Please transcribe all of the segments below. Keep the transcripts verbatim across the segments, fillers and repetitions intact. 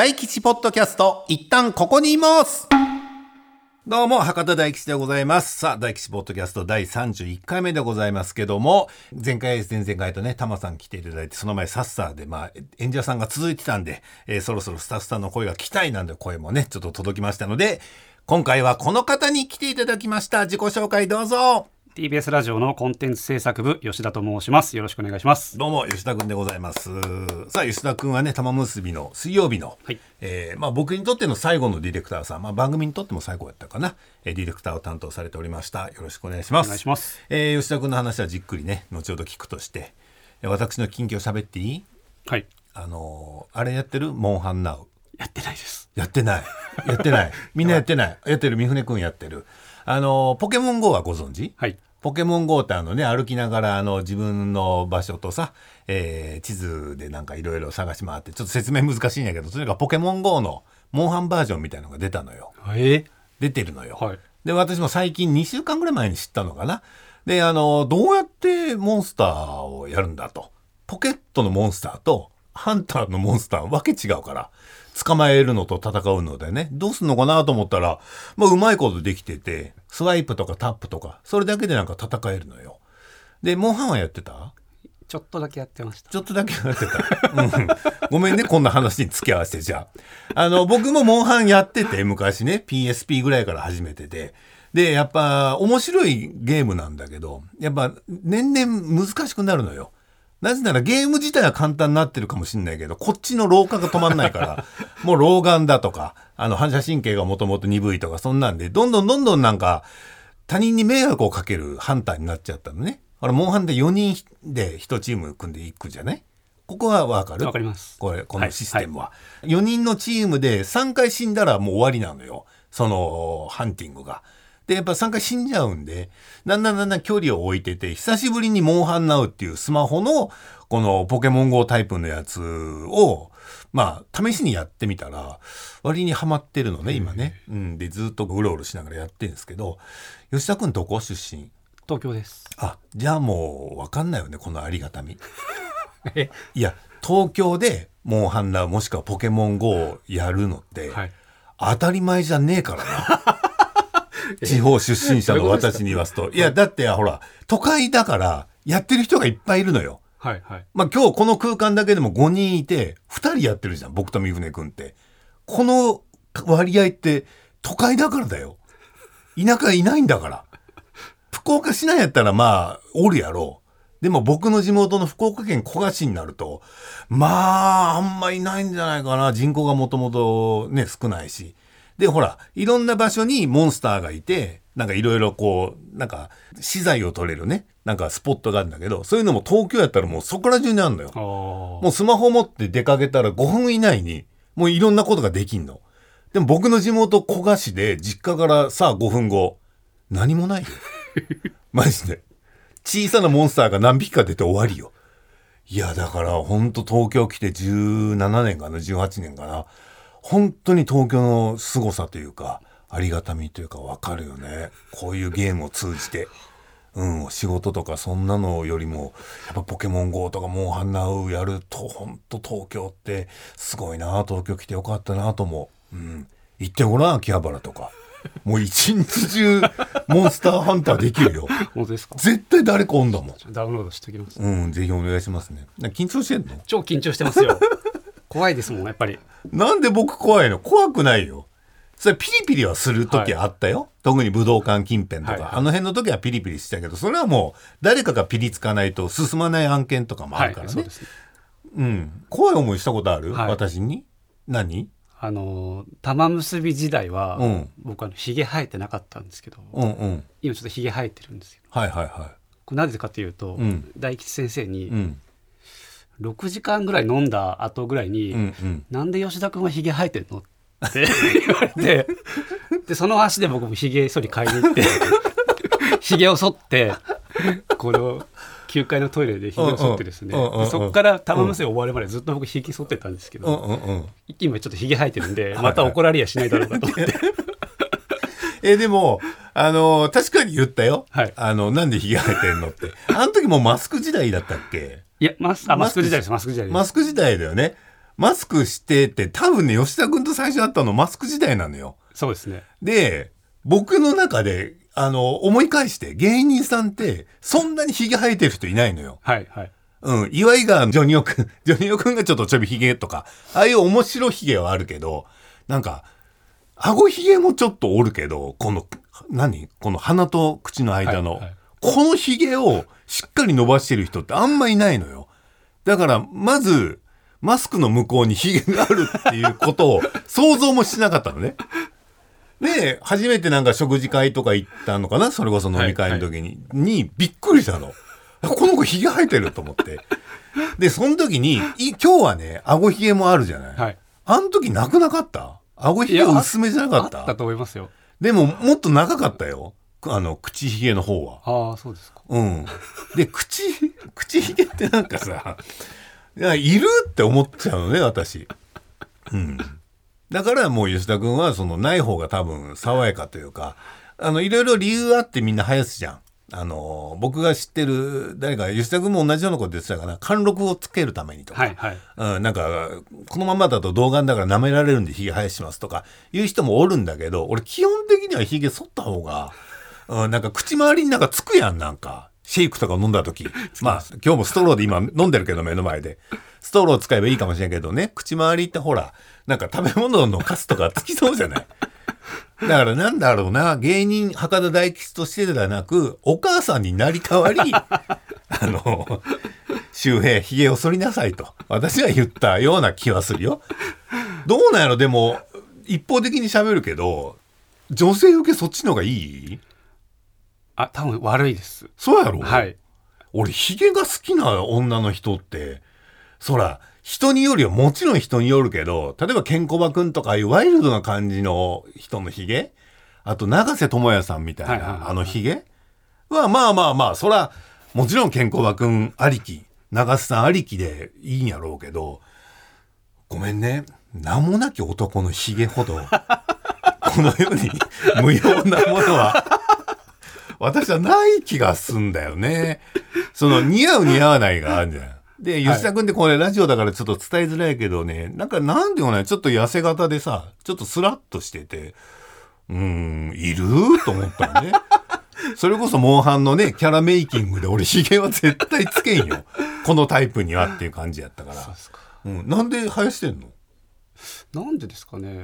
大吉ポッドキャスト、一旦ここにいます。どうも博多大吉でございます。さあ、大吉ポッドキャストだいさんじゅういっかいめでございますけども、前回前々回とね、タマさん来ていただいて、その前サッサーでまあ演者さんが続いてたんで、えー、そろそろスタッフさんの声が聞きたいなんて声もねちょっと届きましたので、今回はこの方に来ていただきました。自己紹介どうぞ。 ティービーエス ラジオのコンテンツ制作部吉田と申します。よろしくお願いします。 どうも吉田くんでございます。さあ吉田くんはね玉結びの水曜日の、はいえーまあ、僕にとっての最後のディレクターさん、まあ、番組にとっても最後やったかな、えー、ディレクターを担当されておりました。よろしくお願いします。 お願いします。 えー、吉田くんの話はじっくりね後ほど聞くとして、私の近況喋っていい？ はいあのー、あれやってるモンハンナウやってないです。 やってないやってないみんなやってないやってる。三船くんやってる。あのー、ポケモン ゴー はご存知？ はい。 ポケモン ゴー ってあのね歩きながらあの自分の場所とさ、えー、地図でなんかいろいろ探し回ってちょっと説明難しいんやけど、とにかくポケモン ゴー のモンハンバージョンみたいなのが出たのよ。 えー、 出てるのよ、 はい、 で私も最近にしゅうかんぐらい前に知ったのかな。であのどうやってモンスターをやるんだと。ポケットのモンスターとハンターのモンスターわけ違うから、捕まえるのと戦うのでねどうすんのかなと思ったら、まあ、うまいことできてて、スワイプとかタップとかそれだけでなんか戦えるのよ。でモンハンはやってた？ ちょっとだけやってました。 ちょっとだけやってた、うん、ごめんねこんな話に付き合わせて。じゃああの僕もモンハンやってて昔ね ピーエスピー ぐらいから始めてて、でやっぱ面白いゲームなんだけどやっぱ年々難しくなるのよ。なぜならゲーム自体は簡単になってるかもしれないけど、こっちの老化が止まんないからもう老眼だとかあの反射神経がもともと鈍いとかそんなんでどんどんどんどんなんか他人に迷惑をかけるハンターになっちゃったのね。あれモンハンでよにんでいちチーム組んでいくじゃない。ここはわかる？ わかります。 これこのシステムは、はいはい、よにんのチームでさんかい死んだらもう終わりなのよ、そのハンティングが。でやっぱさんかい死んじゃうんでだんだんだんだん距離を置いてて、久しぶりにモンハンナウっていうスマホのこのポケモン ゴー タイプのやつをまあ試しにやってみたら割にハマってるのね今ね、うん、でずっとうろうろしながらやってるんですけど。吉田くんどこ出身？ 東京です。 あ、じゃあもう分かんないよねこのありがたみえいや東京でモンハンナウもしくはポケモン ゴー やるのって、はい、当たり前じゃねえからな地方出身者の私に言わすと、いやだってほら都会だからやってる人がいっぱいいるのよ。 はいはい。 まあ今日この空間だけでもごにんいてふたりやってるじゃん、僕と三船君って。この割合って都会だからだよ。田舎いないんだから。福岡市内やったらまあおるやろう。でも僕の地元の福岡県古賀市になるとまああんまいないんじゃないかな。人口がもともとね少ないし。でほらいろんな場所にモンスターがいてなんかいろいろこうなんか資材を取れるねなんかスポットがあるんだけど、そういうのも東京やったらもうそこら中にあるのよ。もうスマホ持って出かけたらごふん以内にもういろんなことができんの。でも僕の地元古賀市で実家からさあごふんご何もないよマジで小さなモンスターが何匹か出て終わりよ。いやだからほんと東京来てじゅうななねんかなじゅうはちねんかな、本当に東京の凄さというかありがたみというか分かるよね、こういうゲームを通じて。うん、仕事とかそんなのよりもやっぱポケモン ゴー とかモンハンナウやると本当東京ってすごいな、東京来てよかったなと思う。うん、行ってごらん秋葉原とかもう一日中モンスターハンターできるよ本当ですか？ 絶対誰かおんだもん。 ダウンロードしておきます。 うん、ぜひお願いしますね。緊張してんの？ 超緊張してますよ怖いですもんやっぱり。 なんで僕怖いの？怖くないよ。それピリピリはする時あったよ、はい、特に武道館近辺とか、はいはい、あの辺の時はピリピリしたけど、それはもう誰かがピリつかないと進まない案件とかもあるからね、はい、そうですね。うん、怖い思いしたことある？はい、私に何？あの玉結び時代は、うん、僕はヒゲ生えてなかったんですけど、うんうん、今ちょっとヒゲ生えてるんですよ。 はいはいはい。 これなぜかというと、うん、大吉先生に、うん、ろくじかんぐらい飲んだ後ぐらいに、うんうん、なんで吉田君はヒゲ生えてんのって言われてでその足で僕もヒゲ剃り買いに行ってヒゲを剃ってこのきゅうかいのトイレでヒゲを剃ってですね、うんうん、でそこから玉結び終わるまでずっと僕ヒゲ剃ってたんですけど、うんうんうん、今ちょっとヒゲ生えてるんでまた怒られやしないだろうかと思って、はいはいえでもあの確かに言ったよ、 はい、 あのなんでヒゲ生えてんのってあの時もマスク時代だったっけ？ いやマスあマスク時代ですマスク時代ですマスク時代だよね。 マスクしてって多分ね吉田君と最初会ったのマスク時代なのよ。 そうですね。 で僕の中であの思い返して芸人さんってそんなにヒゲ生えてる人いないのよ。 はいはい。 うん、岩井川ジョニオくんジョニオくんがちょっとちょびヒゲとかああいう面白ヒゲはあるけどなんか顎ヒゲもちょっとおるけどこの何この鼻と口の間の、はいはい、このヒゲをしっかり伸ばしてる人ってあんまいないのよ。だからまずマスクの向こうにヒゲがあるっていうことを想像もしなかったのね。で初めてなんか食事会とか行ったのかなそれこそ飲み会の時に、はいはい、にびっくりしたの。この子ヒゲ生えてると思って。でその時に今日はね顎ヒゲもあるじゃない、はい、あの時なくなかった顎ひげ薄めじゃなかった？ あったと思いますよ。 でももっと長かったよあの口ひげの方は。 ああそうですか。 うんで口口ひげってなんかさいやいるって思っちゃうのね私。うんだからもう吉田君はそのない方が多分爽やかというかあのいろいろ理由あってみんな生やすじゃん。あの僕が知ってる誰か吉田君も同じようなこと言ってたかな貫禄をつけるためにとか、 はいはいうん、なんかこのままだと童顔だから舐められるんでひげ生やしますとかいう人もおるんだけど俺基本的にはひげ剃った方が、うん、なんか口周りになんかつくやん。なんかシェイクとか飲んだ時まあ今日もストローで今飲んでるけど目の前でストロー使えばいいかもしれんけどね口周りってほらなんか食べ物のカスとかつきそうじゃないだからなんだろうな芸人博多大吉としてではなくお母さんになり代わりあの周平ひげを剃りなさいと私は言ったような気はするよ。どうなんやろでも一方的に喋るけど女性受けそっちの方がいい？ あ多分悪いです。 そうやろ？ はい。 俺ひげが好きな女の人ってそら人によるよもちろん人によるけど例えばケンコバくんとかああいうワイルドな感じの人のヒゲあと永瀬智也さんみたいな、はいはいはいはい、あのヒゲはまあまあまあそらもちろんケンコバくんありき永瀬さんありきでいいんやろうけどごめんね名もなき男のヒゲほどこの世に無用なものは私はない気がすんだよね。その似合う似合わないがあるじゃん。で吉田君ってこれラジオだからちょっと伝えづらいけどね、はい、なんかなんでもないちょっと痩せ型でさちょっとスラッとしててうーんいると思ったのねそれこそモンハンのねキャラメイキングで俺ヒゲは絶対つけんよこのタイプにはっていう感じやったから。そうですか、うん、なんで生やしてんの？ なんでですかね、うん、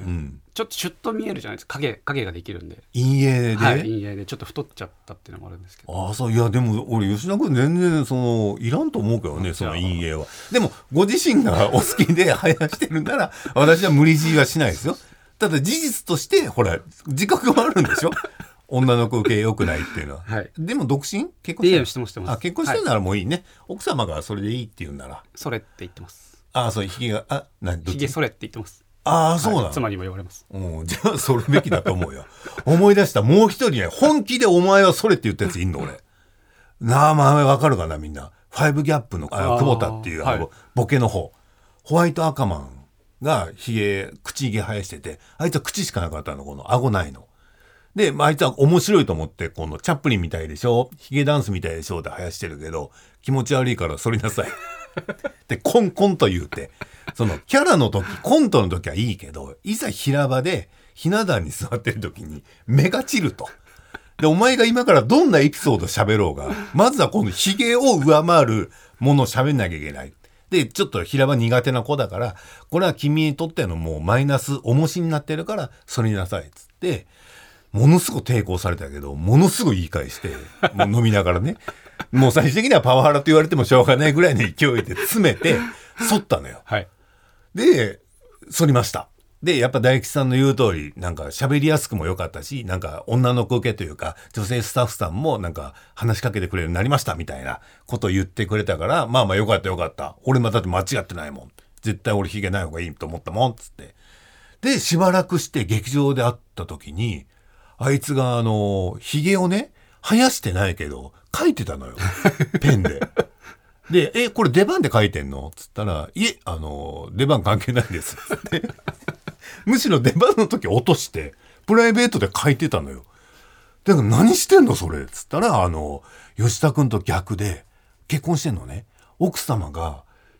ちょっとシュッと見えるじゃないですか。影影ができるんで陰影で、 はい、陰影でちょっと太っちゃったっていうのもあるんですけど。 ああそういやでも俺吉田君全然そのいらんと思うけどねその陰影は。でもご自身がお好きで生やしてるなら私は無理強いはしないですよ。ただ事実としてほら自覚はあるんでしょ女の子受け良くないっていうのは、はい、でも独身結婚してる？ してますしてます。 あ結婚してるならもういいね、はい、奥様がそれでいいって言うんならそれって言ってます。 ああそうひげがあ何どっち？ ひげそれって言ってます。 ああそうなの、はい、 妻にも言われます。 うん、じゃあそれべきだと思うよ思い出したもう一人ね本気でお前はそれって言ったやついんの俺名前わかるかなみんな。ファイブギャップのあ久保田っていうあの、はい、ボケの方ホワイトアカマンがひげ口ひげ生やしててあいつは口しかなかったのこの顎ないので、まあ、あいつは面白いと思ってこのチャップリンみたいでしょヒゲダンスみたいでしょって生やしてるけど気持ち悪いから剃りなさいでコンコンと言うてそのキャラの時コントの時はいいけどいざ平場でひな壇に座ってる時に目が散ると。でお前が今からどんなエピソード喋ろうがまずはこのヒゲを上回るものを喋んなきゃいけない。でちょっと平場苦手な子だからこれは君にとってのもうマイナス重しになってるからそれになさいっつってものすごく抵抗されたけどものすごい言い返してもう飲みながらねもう最終的にはパワハラと言われてもしょうがないぐらいの勢いで詰めて剃ったのよ、はい、で剃りました。でやっぱ大吉さんの言う通りなんか喋りやすくも良かったしなんか女の子受けというか女性スタッフさんもなんか話しかけてくれるようになりましたみたいなことを言ってくれたからまあまあ良かった良かった俺まだって間違ってないもん絶対俺ヒゲない方がいいと思ったもんっつってでしばらくして劇場で会った時にあいつがあのヒゲをね生やしてないけど描いてたのよペンででえこれ出番で描いてんのっつったらいえあの出番関係ないですっつってむしろ出番の時落としてプライベートで書いてたのよ。だから何してんのそれっつったらあの吉田君と逆で結婚してんのね。奥様が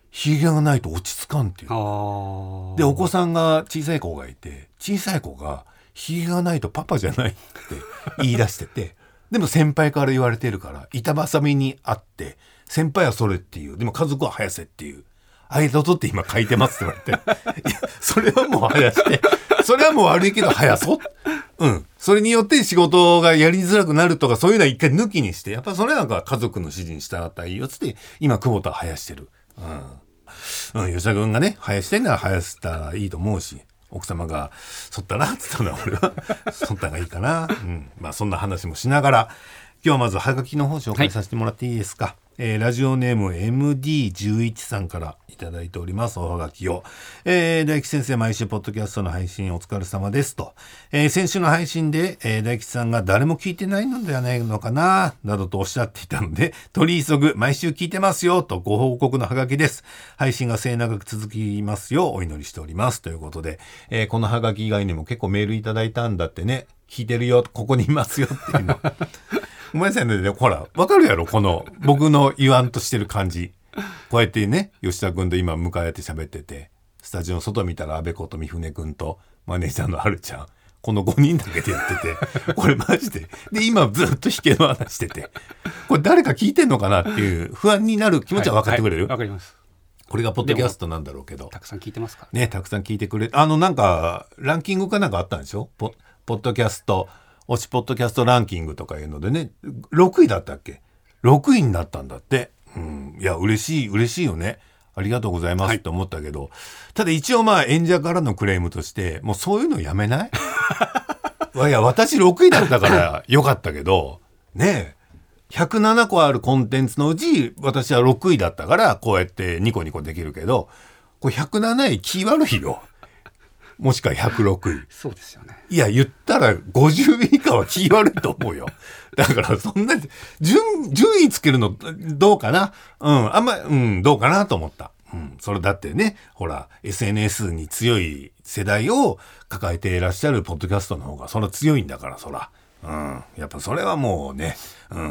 ひげがないと落ち着かんっていう。 あでお子さんが小さい子がいて、小さい子がひげがないとパパじゃないって言い出しててでも先輩から言われてるから板挟みにあって、先輩はそれっていう、でも家族は生やせっていう、間を取って今書いてますって言われていやそれはもう生やして、それはもう悪いけど生やそう、うん、それによって仕事がやりづらくなるとかそういうのは一回抜きにして、やっぱそれなんか家族の指示に従ったらいいよっつって今久保田は生やしてる。うん、うん、吉田君がね生やしてんなら生やしたらいいと思うし、奥様がそったなっつったのは俺はそった方がいいかな、うん、まあそんな話もしながら今日はまずはがきの方紹介させてもらっていいですか。はい、えー、ラジオネーム エムディーじゅういち さんからいただいております。おはがきを、えー、大吉先生、毎週ポッドキャストの配信お疲れ様ですと、えー、先週の配信で、えー、大吉さんが誰も聞いてないのではないのかななどとおっしゃっていたので、取り急ぐ毎週聞いてますよとご報告のはがきです。配信が末永く続きますようお祈りしておりますということで、えー、このはがき以外にも結構メールいただいたんだってね。聞いてるよ、ここにいますよっていうのごめんなさいね、ほらわかるやろ、この僕の言わんとしてる感じ。こうやってね吉田君と今向かい合って喋ってて、スタジオの外見たら安倍子と三船君とマネージャーのはるちゃん、このごにんだけでやっててこれマジでで今ずっと引けの話してて、これ誰か聞いてんのかなっていう不安になる気持ちは分かってくれる？ はいはい、分かります。 これがポッドキャストなんだろうけど、 たくさん聞いてますかね、たくさん聞いてくれ、あのなんかランキングかなんかあったんでしょ、ポポッドキャスト推しポッドキャストランキングとかいうのでね、ろくいだったっけ、ろくいになったんだって、うん、いや嬉しい嬉しいよね、ありがとうございますと思ったけど、はい、ただ一応まあ演者からのクレームとしてもうそういうのやめないいや私ろくいだったからよかったけどねえ、ひゃくななこあるコンテンツのうち私はろくいだったからこうやってニコニコできるけど、これひゃくなない気悪いよもしくはひゃくろくい。 そうですよね。 いや言ったらごじゅうい以下は気悪いと思うよ。だからそんな 順, 順位つけるのどうかな、うんあんまうんどうかなと思った。うん、それだってね、ほら エスエヌエス に強い世代を抱えていらっしゃるポッドキャストの方がそれは強いんだから、そら、うん、やっぱそれはもうね、うん、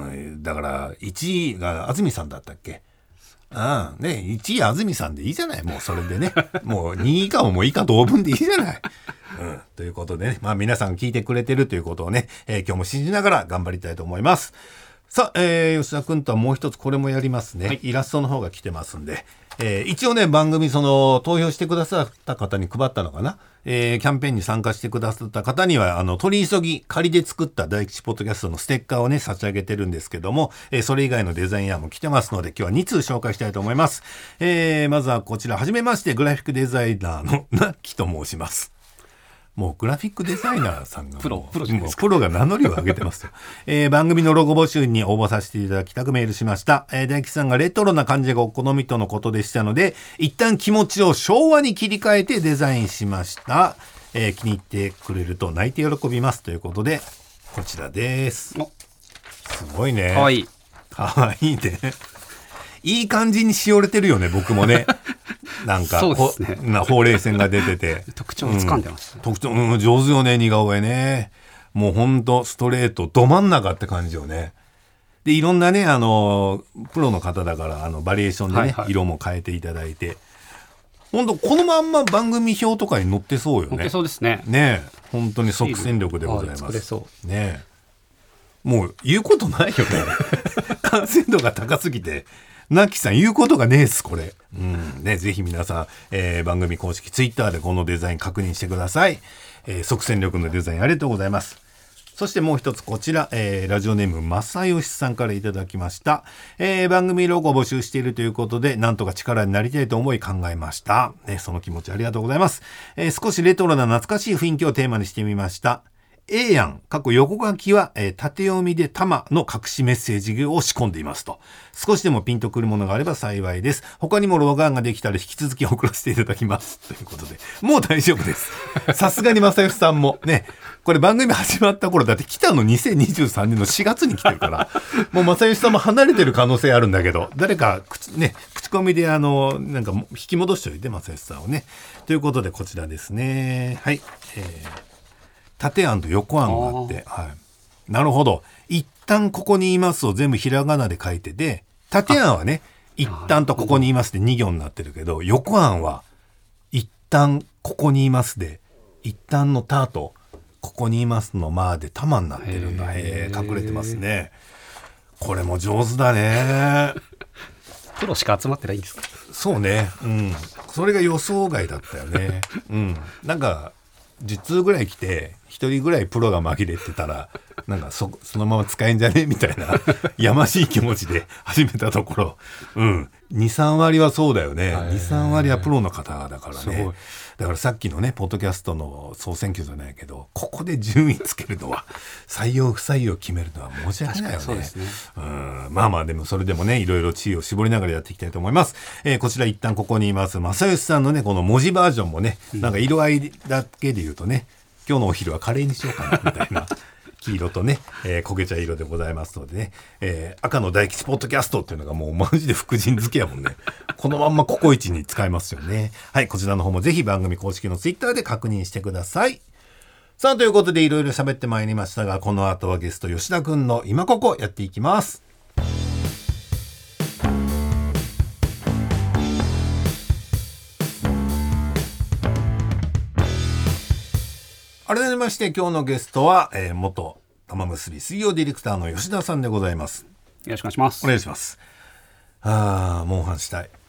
だからいちいが安住さんだったっけ。ああね、いちい安住さんでいいじゃない、もうそれでねもうにい以下ももう以下同分でいいじゃない、うん、ということでね、まあ皆さん聞いてくれてるということをね、えー、今日も信じながら頑張りたいと思います。さあ、えー、吉田君とはもう一つこれもやりますね、はい、イラストの方が来てますんで、えー、一応ね番組その投票してくださった方に配ったのかな、えー、キャンペーンに参加してくださった方にはあの取り急ぎ仮で作った大吉ポッドキャストのステッカーをね差し上げてるんですけども、えー、それ以外のデザイン案も来てますので今日はに通紹介したいと思います。えー、まずはこちら、はじめましてグラフィックデザイナーのなっきと申します。もうグラフィックデザイナーさんがプロプロもうプロが名乗りを上げてますよ、えー、番組のロゴ募集に応募させていただきたくメールしました、えー、大吉さんがレトロな感じがお好みとのことでしたので一旦気持ちを昭和に切り替えてデザインしました、えー、気に入ってくれると泣いて喜びますということでこちらです。すごいね、 かわいいかわいいねいい感じにしおれてるよね、僕もねなんかそうですね、 なほうれい線が出てて特徴をつかんでます、 うん、特徴、うん、上手よね、似顔絵ね、もうほんとストレートど真ん中って感じよね。でいろんなねあのプロの方だからあのバリエーションでね、はいはい、色も変えていただいてほんとこのまんま番組表とかに載ってそうよね。 載ってそうですね。 ねえ本当に即戦力でございます。 作れそうねえもう言うことないよね完成度が高すぎてなっきさん言うことがねえっすこれ、うんね、ぜひ皆さん、えー、番組公式ツイッターでこのデザイン確認してください、えー、即戦力のデザインありがとうございます。そしてもう一つこちら、えー、ラジオネーム正義さんからいただきました、えー、番組ロゴを募集しているということでなんとか力になりたいと思い考えました、ね、その気持ちありがとうございます、えー、少しレトロな懐かしい雰囲気をテーマにしてみました。A やん過去横書きは、えー、縦読みで玉の隠しメッセージを仕込んでいますと。少しでもピンとくるものがあれば幸いです。他にもロゴ案ができたら引き続き送らせていただきますということでもう大丈夫です。さすがに正義さんもねこれ番組始まった頃だって来たのにせんにじゅうさんねんのしがつに来てるからもう正義さんも離れてる可能性あるんだけど誰か口、ね、口コミであのなんか引き戻しておいて正義さんをねということでこちらですね。はい、えー縦案と横案があって、はい、なるほど一旦ここにいますを全部ひらがなで書いてて縦案はね、はい、 一旦とここにいますでに行になってるけど、横案は一旦ここにいますで一旦のたとここにいますのまで玉になってるんだ。へー、隠れてますね。これも上手だね。 プロしか集まってないんですか。 そうね、うん、それが予想外だったよね。うん、なんかじゅっ通ぐらい来てひとりぐらいプロが紛れてたらなんか そ, そのまま使えんじゃねみたいなやましい気持ちで始めたところ、うん、にさん割はそうだよね。にさん割はプロの方だからね。だからさっきのねポッドキャストの総選挙じゃないけど、ここで順位つけるのは採用不採用決めるのは申し訳ないよね。 そうですね。 うん、まあまあでもそれでもねいろいろ知恵を絞りながらやっていきたいと思います。えー、こちら一旦ここにいます正義さんのねこの文字バージョンもね、なんか色合いだけで言うとね、今日のお昼はカレーにしようかなみたいな黄色とね、えー、焦げ茶色でございますのでね、えー、赤の大吉ポッドキャストっていうのがもうマジで福神漬けやもんね。このまんまココイチに使えますよね。はい、こちらの方もぜひ番組公式のツイッターで確認してください。さあということでいろいろ喋ってまいりましたが、この後はゲスト吉田くんの今ここやっていきます。改めまして今日のゲストは、えー、元玉結び水曜ディレクターの吉田さんでございます。 よろしくお願いします。 お願いします。あー、モンハンしたい。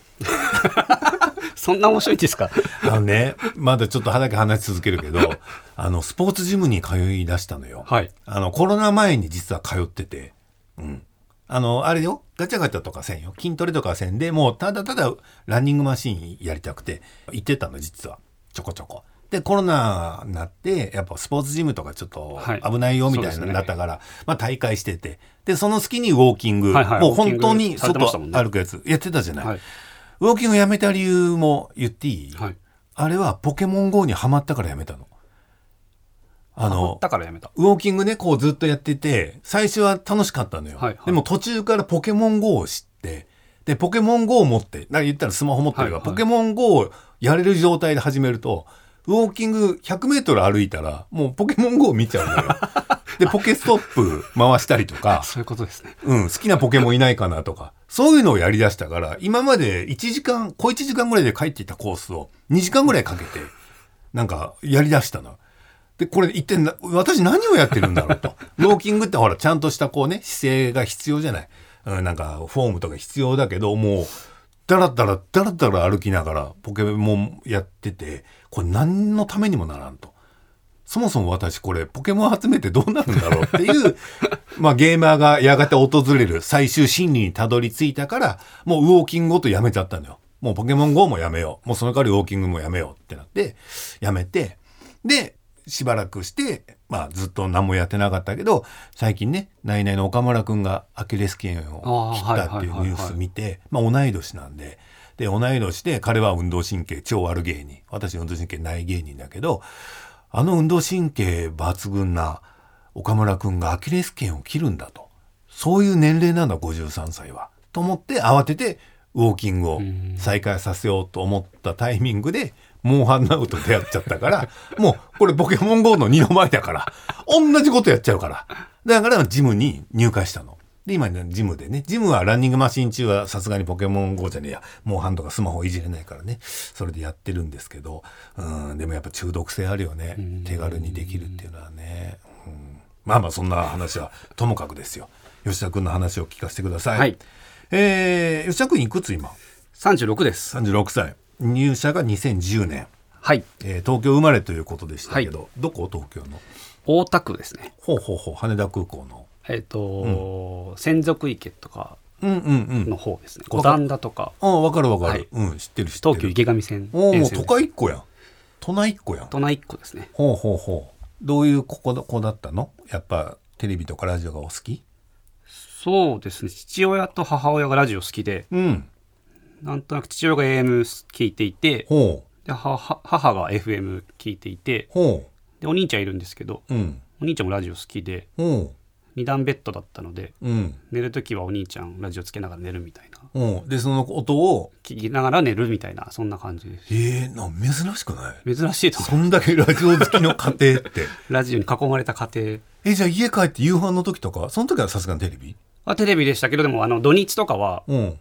そんな面白いんですか。 あのね、まだちょっとだけ話し続けるけどあのスポーツジムに通い出したのよ、 はい、 あのコロナ前に実は通ってて、うん、あのあれよ、ガチャガチャとかせんよ、筋トレとかせんで、もうただただランニングマシーンやりたくて行ってたの、実はちょこちょこで。コロナになってやっぱスポーツジムとかちょっと危ないよみたいなのだったから、はい、まあ、大会してて、でその隙にウォーキング、はいはい、もう本当に外歩くやつやってたじゃない、はい、ウォーキングやめた理由も言っていい、はい、あれはポケモン ゴー にハマったからやめたの。あのだからやめた。 ウォーキングねこうずっとやってて最初は楽しかったのよ、はいはい、でも途中からポケモン ゴー を知って、でポケモン ゴー を持って、なんか言ったらスマホ持ってるから、はいはい、ポケモン ゴー をやれる状態で始めるとウォーキングひゃくメートル歩いたらもうポケモン ゴー 見ちゃうのよ。でポケストップ回したりとかそういうことですね、 うん、好きなポケモンいないかなとかそういうのをやりだしたから、今までいちじかん小いちじかんぐらいで帰っていたコースをにじかんぐらいかけてなんかやりだしたの。でこれ一体な私何をやってるんだろうと。ウォーキングってほらちゃんとしたこうね姿勢が必要じゃない、うん、なんかフォームとか必要だけど、もうだらだらだらだら歩きながらポケモンやってて、これ何のためにもならんと。そもそも私これポケモン集めてどうなるんだろうっていうまあゲーマーがやがて訪れる最終心理にたどり着いたから、もうウォーキングごとやめちゃったのよ。もうポケモン ゴー もやめよう、もうその代わりウォーキングもやめようってなってやめて、でしばらくしてまあずっと何もやってなかったけど、最近ねナイナイの岡村くんがアキレス腱を切ったっていうニュース見て、まあ同い年なんで、で同い年で彼は運動神経超悪芸人、私運動神経ない芸人だけど、あの運動神経抜群な岡村くんがアキレス腱を切るんだと、そういう年齢なんだごじゅうさんさいはと思って慌ててウォーキングを再開させようと思ったタイミングでモンハンナウと出会っちゃったからもうこれポケモン ゴー のにのまえだから同じことやっちゃうから、だからジムに入会したの。で今ねジムでね、ジムはランニングマシン中はさすがにポケモン ゴー じゃねえや、モンハンとかスマホいじれないからね、それでやってるんですけど、うん、でもやっぱ中毒性あるよね、手軽にできるっていうのはね、うん、まあまあそんな話はともかくですよ。吉田君の話を聞かせてください。はい、えー、吉田君いくつ今？ さんじゅうろくです。 さんじゅうろくさい、入社がにせんじゅうねん、 はい、 えー、東京生まれということでしたけど、はい、どこ東京の？ 大田区ですね。 ほうほうほう、羽田空港のえっ、ー、と、うん、洗足池とかの方ですね。五、うん、反田とか。 ああ、分かる分かる、はい、うん、知ってる知ってる。 東急池上線。 おもう都会一個やん。都内一個やん。 都内一個ですね。 ほうほうほう。どういうここ子だったの？やっぱテレビとかラジオがお好き？ そうですね。父親と母親がラジオ好きで、うん、なんとなく父親が エーエム 聞いていて、ほうで母が エフエム 聞いていて、ほうでお兄ちゃんいるんですけど、うん、お兄ちゃんもラジオ好きで、ほうに段ベッドだったので、うん、寝るときはお兄ちゃんラジオつけながら寝るみたいな、 うん、でその音を聞きながら寝るみたいな、そんな感じです。 えー、な珍しくない？ 珍しいと思う。 そんだけラジオ好きの家庭ってラジオに囲まれた家庭。 えじゃあ家帰って夕飯の時とか、その時はさすがにテレビ？ あテレビでしたけど、でもあの土日とかは、うん、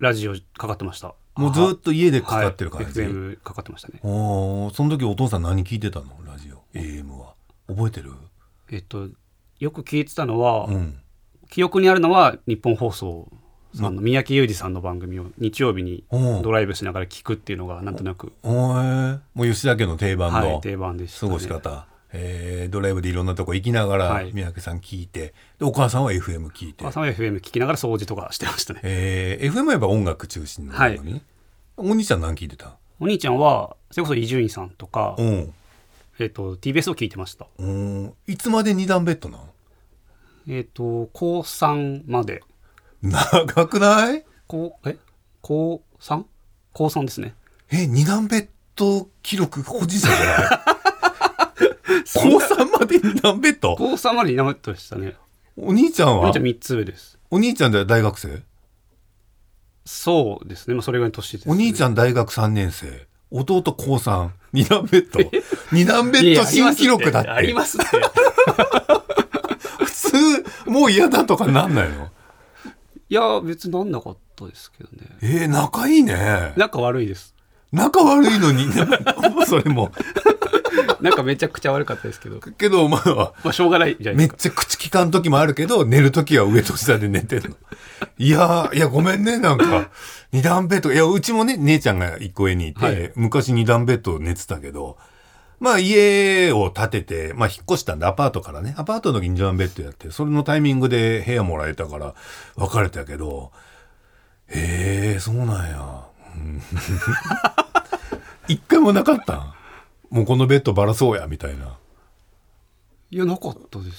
ラジオかかってました。 もうずっと家でかかってる感じ、 はい、エフエム かかってましたね。 おその時お父さん何聞いてたのラジオ エーエム は覚えてる？ えっとよく聞いてたのは、うん、記憶にあるのは日本放送さんの三宅裕司さんの番組を日曜日にドライブしながら聞くっていうのがなんとなく、 おおもう吉田家の定番の定番でしたね、 過ごし方、えー、ドライブでいろんなとこ行きながら三宅さん聞いて、でお母さんは エフエム 聞いて、 お母さんは エフエム 聞きながら掃除とかしてましたね。 えー、エフエム はやっぱ音楽中心の番組、はい、お兄ちゃん何聞いてた？ お兄ちゃんはそれこそ伊集院さんとか、うん、えー、と ティービーエス を聞いてました。 うん、いつまで二段ベッドなの？ えっ、ー、と高さんまで。 長くない？ 高え高 さん？ 高さんですね。 え二段ベッド記録保持者じゃない高さんまで二段ベッド？ 高さんまで二段ベッドでしたね。 お兄ちゃんは？ お兄ちゃんみっつ上です。 お兄ちゃんで大学生？ そうですね、まあ、それぐらいの年です、ね、 お兄ちゃん大学さんねん生、弟高さん、二段ベッド二段ベッド新記録だって。 ありますって普通もう嫌だとかなんないの？ いや別になんなかったですけどね。 えー、仲いいね。 仲悪いです。 仲悪いのにそれも仲めちゃくちゃ悪かったですけどけどまあ、 まあ、しょうがないじゃないですか。 めっちゃ口利かん時もあるけど寝る時は上と下で寝てるの。いやいやごめんね、なんか二段ベッド、いやうちもね姉ちゃんが一個上にいて、はい、昔二段ベッド寝てたけど、まあ家を建てて、まあ引っ越したんでアパートからね、アパートの二段ベッドやって、それのタイミングで部屋もらえたから別れたけど、へえそうなんや、うん、一回もなかったん？もうこのベッドバラそうやみたいな。 いやなかったです、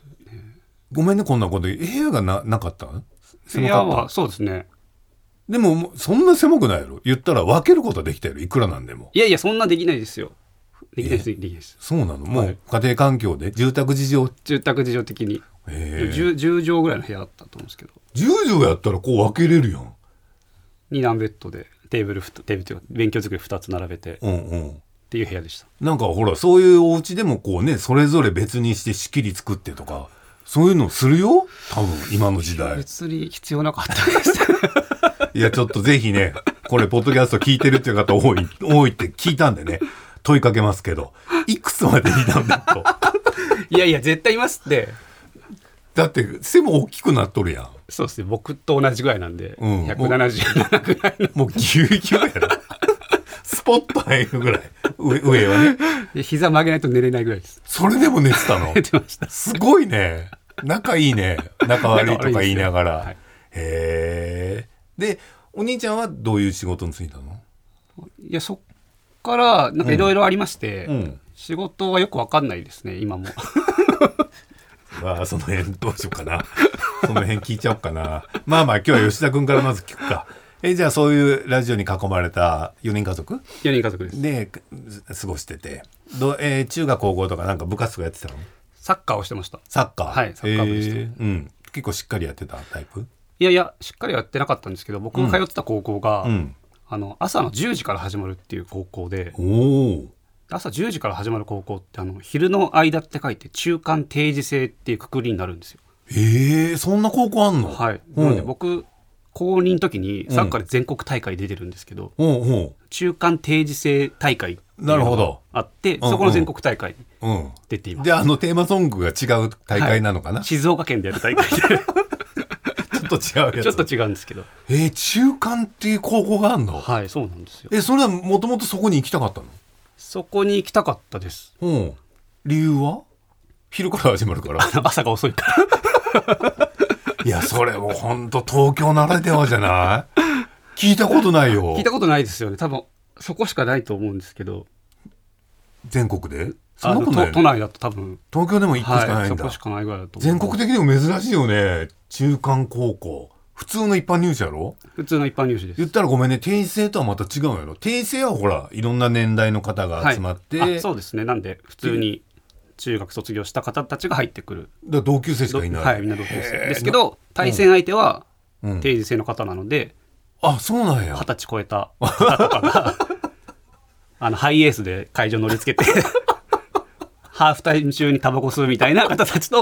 ね、 ごめんねこんなこと。部屋が な, なかった部屋はそうですね。 でもそんな狭くないやろ。言ったら分けることできたやろ、いくらなんでも。 いやいやそんなできないですよ。できないです、できないです。 そうなの？もう家庭環境で住宅事情住宅事情的に 10, じゅう畳ぐらいの部屋だったと思うんですけど、 じゅう畳やったらこう分けれるやん。 二段ベッドでテーブルテーブルというか勉強机ふたつ並べて、うんうん、っていう部屋でした。 なんかほらそういうお家でもこうね、それぞれ別にして仕切り作ってとかそういうのするよ多分今の時代。 別に必要なかったですいやちょっとぜひね、これポッドキャスト聞いてるっていう方多い多いって聞いたんでね問いかけますけど、いくつまで二段ベッドいやいや絶対いますって。 だって背も大きくなっとるやん。 そうですね、僕と同じぐらいなんで、うん、ひゃくななじゅうななぐらいのもうギュウギュウやろスポット入るぐらい 上, 上はね。 で膝曲げないと寝れないぐらいです。 それでも寝てたの？ 寝てました。 すごいね、仲いいね。仲悪いとか言いながら、はい、へー。でお兄ちゃんはどういう仕事に就いたの？ いやそっからなんかいろいろありまして、うんうん、仕事はよく分かんないですね今もまあその辺どうしようかなその辺聞いちゃおうかな。まあまあ今日は吉田君からまず聞くか。えじゃあそういうラジオに囲まれたよにん家族？よにん家族ですで過ごしてて、ど、えー、中学高校とかなんか部活とかやってたの？ サッカーをしてました。 サッカー？ はいサッカー部でした、 えーうん、結構しっかりやってたタイプ？ いやいやしっかりやってなかったんですけど、僕が通ってた高校が、うん、あの朝のじゅうじから始まるっていう高校で、お朝じゅうじから始まる高校ってあの昼の間って書いて中間定時制っていうくくりになるんですよ。 へえそんな高校あんの？ はい、なので僕高にの時にサッカーで全国大会出てるんですけど、うんうん、中間定時制大会っていうのがあって、そこの全国大会に出ています。 じゃああのテーマソングが違う大会なのかな？ はい、静岡県でやる大会でちょっと違うやつ。 ちょっと違うんですけど。 えー、中間っていう高校があるの？ はいそうなんですよ。 えそれはもともとそこに行きたかったの？そこに行きたかったです。 うん、理由は？昼から始まるから朝が遅いからいやそれも本当東京ならではじゃない？聞いたことないよ。 聞いたことないですよね。多分そこしかないと思うんですけど。 全国で？ そんなことない。都内だと多分東京でもいっこしかないんだ、はい、 そこしかないぐらいだと思う。 全国的にも珍しいよね。中間高校普通の一般入試やろ？ 普通の一般入試です。 言ったらごめんね、定時制とはまた違うんやろ？定時制はほらいろんな年代の方が集まって、 はい、あそうですね。なんで普通に中学卒業した方たちが入ってくる。 だから同級生しかいない。 はい、みんな同級生ですけど、対戦相手は定時制の方なので、 うんうん、あそうなんや。 二十歳超えた方とかがあのハイエースで会場乗り付けてハーフタイム中にタバコ吸うみたいな方たちと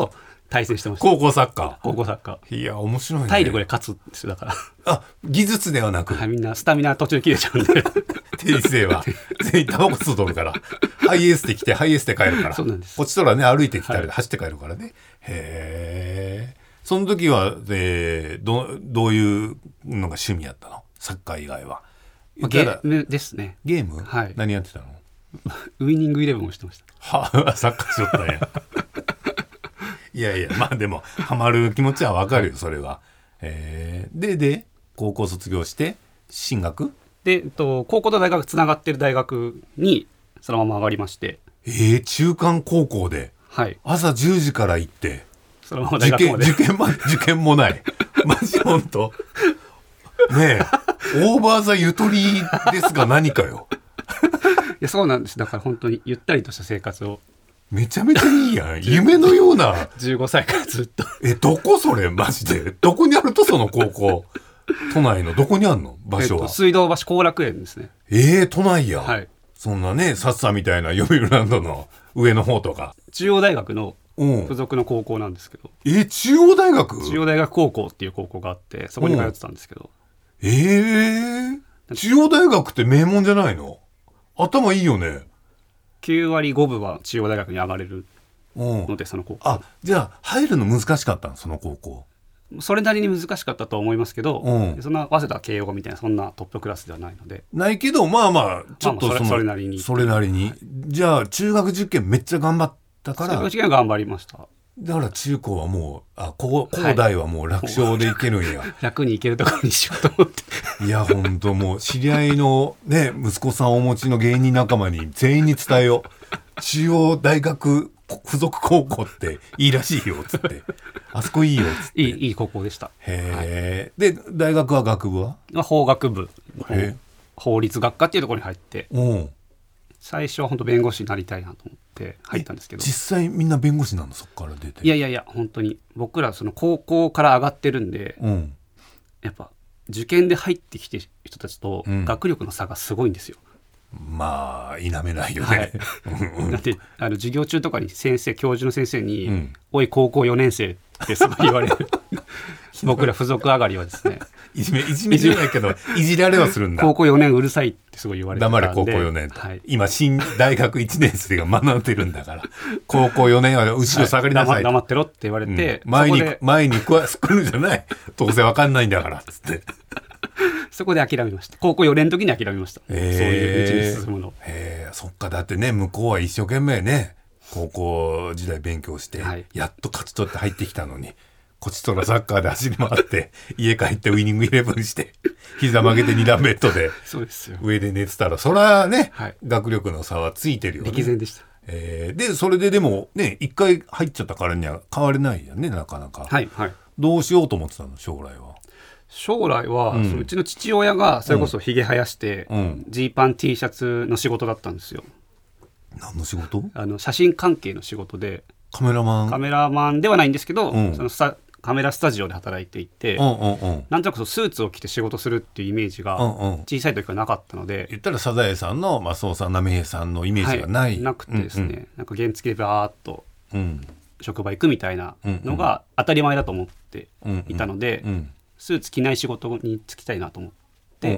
対戦してました。 高校サッカー高校サッカーいや面白いね。 体力で勝つんですよだからあ技術ではなく、 はい、みんなスタミナ途中切れちゃうんでテニスでは全員タバコ吸うとるからハイエースで来てハイエースで帰るからそうなんです。 こっちとらね歩いてきたり、 はい、 走って帰るからね。へえ。その時は、えー、ど, どういうのが趣味やったの？サッカー以外は。 まあ、ゲームですね。 ゲーム、 はい、 何やってたの？ ウイニングイレブンをしてました。 はサッカーしとったんやいやいやまあでもハマる気持ちはわかるよそれは。えー、でで高校卒業して進学で、えっと、高校と大学つながってる大学にそのまま上がりまして、 えー、中間高校で、 はい、 朝じゅうじから行ってそのまま大学まで受験、受験ま受験もないマジ本当ねえオーバーザゆとりですが何かよいやそうなんです。だから本当にゆったりとした生活をめちゃめちゃいいやん夢のようなじゅうごさいからずっとえどこそれマジでどこにあるとその高校都内のどこにあるの場所は、 えっと、水道橋後楽園ですね。 えー、都内や、 はい、 そんなねサッサみたいな読売ランドの上の方とか中央大学の付属の高校なんですけど、 えー、中央大学中央大学高校っていう高校があってそこに通ってたんですけど、 えー、中央大学って名門じゃないの？頭いいよね。 きゅうわりごぶは中央大学に上がれるのでその高校。 あじゃあ入るの難しかったのその高校？ それなりに難しかったと思いますけど、そんな早稲田慶応みたいなそんなトップクラスではないので。 ないけどまあまあちょっとその、 まあ、それ、それなりにそれなりにじゃあ中学受験めっちゃ頑張ったから中学受験は頑張りました。 だから中高はもうあ高高大はもう楽勝でいけるんや、はい、 楽にいけるところにしようと思っていやほんともう知り合いのね息子さんをお持ちの芸人仲間に全員に伝えよう中央大学附属高校っていいらしいよっつってあそこいいよっつっていい、いい高校でした。 へえ、はい、で大学は学部は法学部法律学科っていうところに入って、 うん最初は本当弁護士になりたいなと思って入ったんですけど、 実際みんな弁護士なのそこから出て？ いやいやいや本当に僕らその高校から上がってるんで、 うん、 やっぱ受験で入ってきてる人たちと学力の差がすごいんですよ、 うん、まあ否めないよね、 はい、だってあの授業中とかに先生教授の先生に、うん、おい高校よねん生ってすごい言われる僕ら付属上がりはですねいじめいじめじゃないけどいじられはするんだ。 高校よねんうるさいってすごい言われてたんで、 黙れ高校よねんと、はい、今新大学いちねん生が学んでるんだから高校よねんは後ろ下がりなさい、はい、 黙ってろって言われて、 うん、前に前に来るんじゃないどうせ分かんないんだからっつってそこで諦めました。高校よねんの時に諦めました、えー、そういう道に進むの。 えー、そっかだってね向こうは一生懸命ね高校時代勉強して、はい、やっと勝ち取って入ってきたのにこっちとらサッカーで走り回って家帰ってウイニングイレブンして膝曲げてに段ベッドで上で寝てたらそらね、はい、学力の差はついてるよね。 歴然でした、 えー、でそれででもね一回入っちゃったからには変われないよねなかなか、 はいはい、 どうしようと思ってたの将来は？ 将来は、うん、うちの父親がそれこそひげ生やしてジー、うん、パン T シャツの仕事だったんですよ。 何の仕事？ あの写真関係の仕事でカメラマンカメラマンではないんですけど、うん、そのスタカメラスタジオで働いていて、うんうんうん、なんとなくスーツを着て仕事するっていうイメージが小さい時からなかったので、うんうん、 言ったらサザエさんのマスオさん波平さんのイメージがない、 はい、なくてですね、うんうん、なんか原付でバーっと職場行くみたいなのが当たり前だと思っていたので、うんうん、スーツ着ない仕事に就きたいなと思って、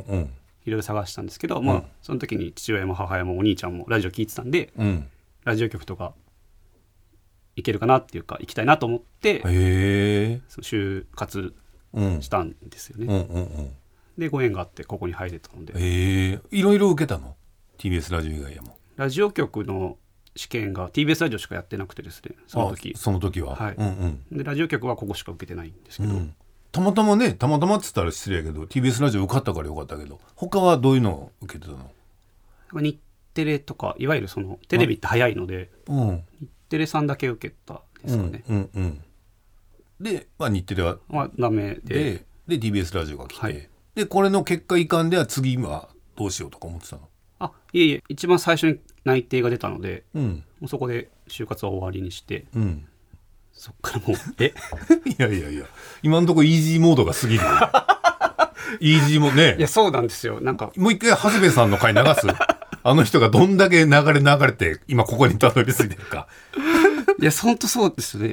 うんうん、いろいろ探したんですけど、うんまあ、その時に父親も母親もお兄ちゃんもラジオ聞いてたんで、うん、ラジオ局とか行けるかなっていうか行きたいなと思ってその就活したんですよね、うんうんうんうん、でご縁があってここに入れたので。 へーいろいろ受けたの？ ティービーエス ラジオ以外でもラジオ局の試験が ティービーエス ラジオしかやってなくてですねその時その時は、 はいうんうん、でラジオ局はここしか受けてないんですけど、うん、 たまたまねたまたまって言ったら失礼やけど ティービーエス ラジオ受かったからよかったけど他はどういうのを受けてたの？ 日テレとかいわゆるそのテレビって早いので、うん、日テレさんだけ受けたですかね、うんうんうん、 で、まあ、日テレは、 まあ、ダメでで, で ティービーエス ラジオが来て、 はい、 でこれの結果いかんでは次はどうしようとか思ってたの？ あいえいえ一番最初に内定が出たので、うん、もうそこで就活は終わりにして、うん、そっからもうえいやいやいや今のところイージーモードが過ぎるイージーもねいやそうなんですよなんかもう一回長谷部さんの回流すあの人がどんだけ流れ流れて今ここにたどり着いてるかいや本当そうですね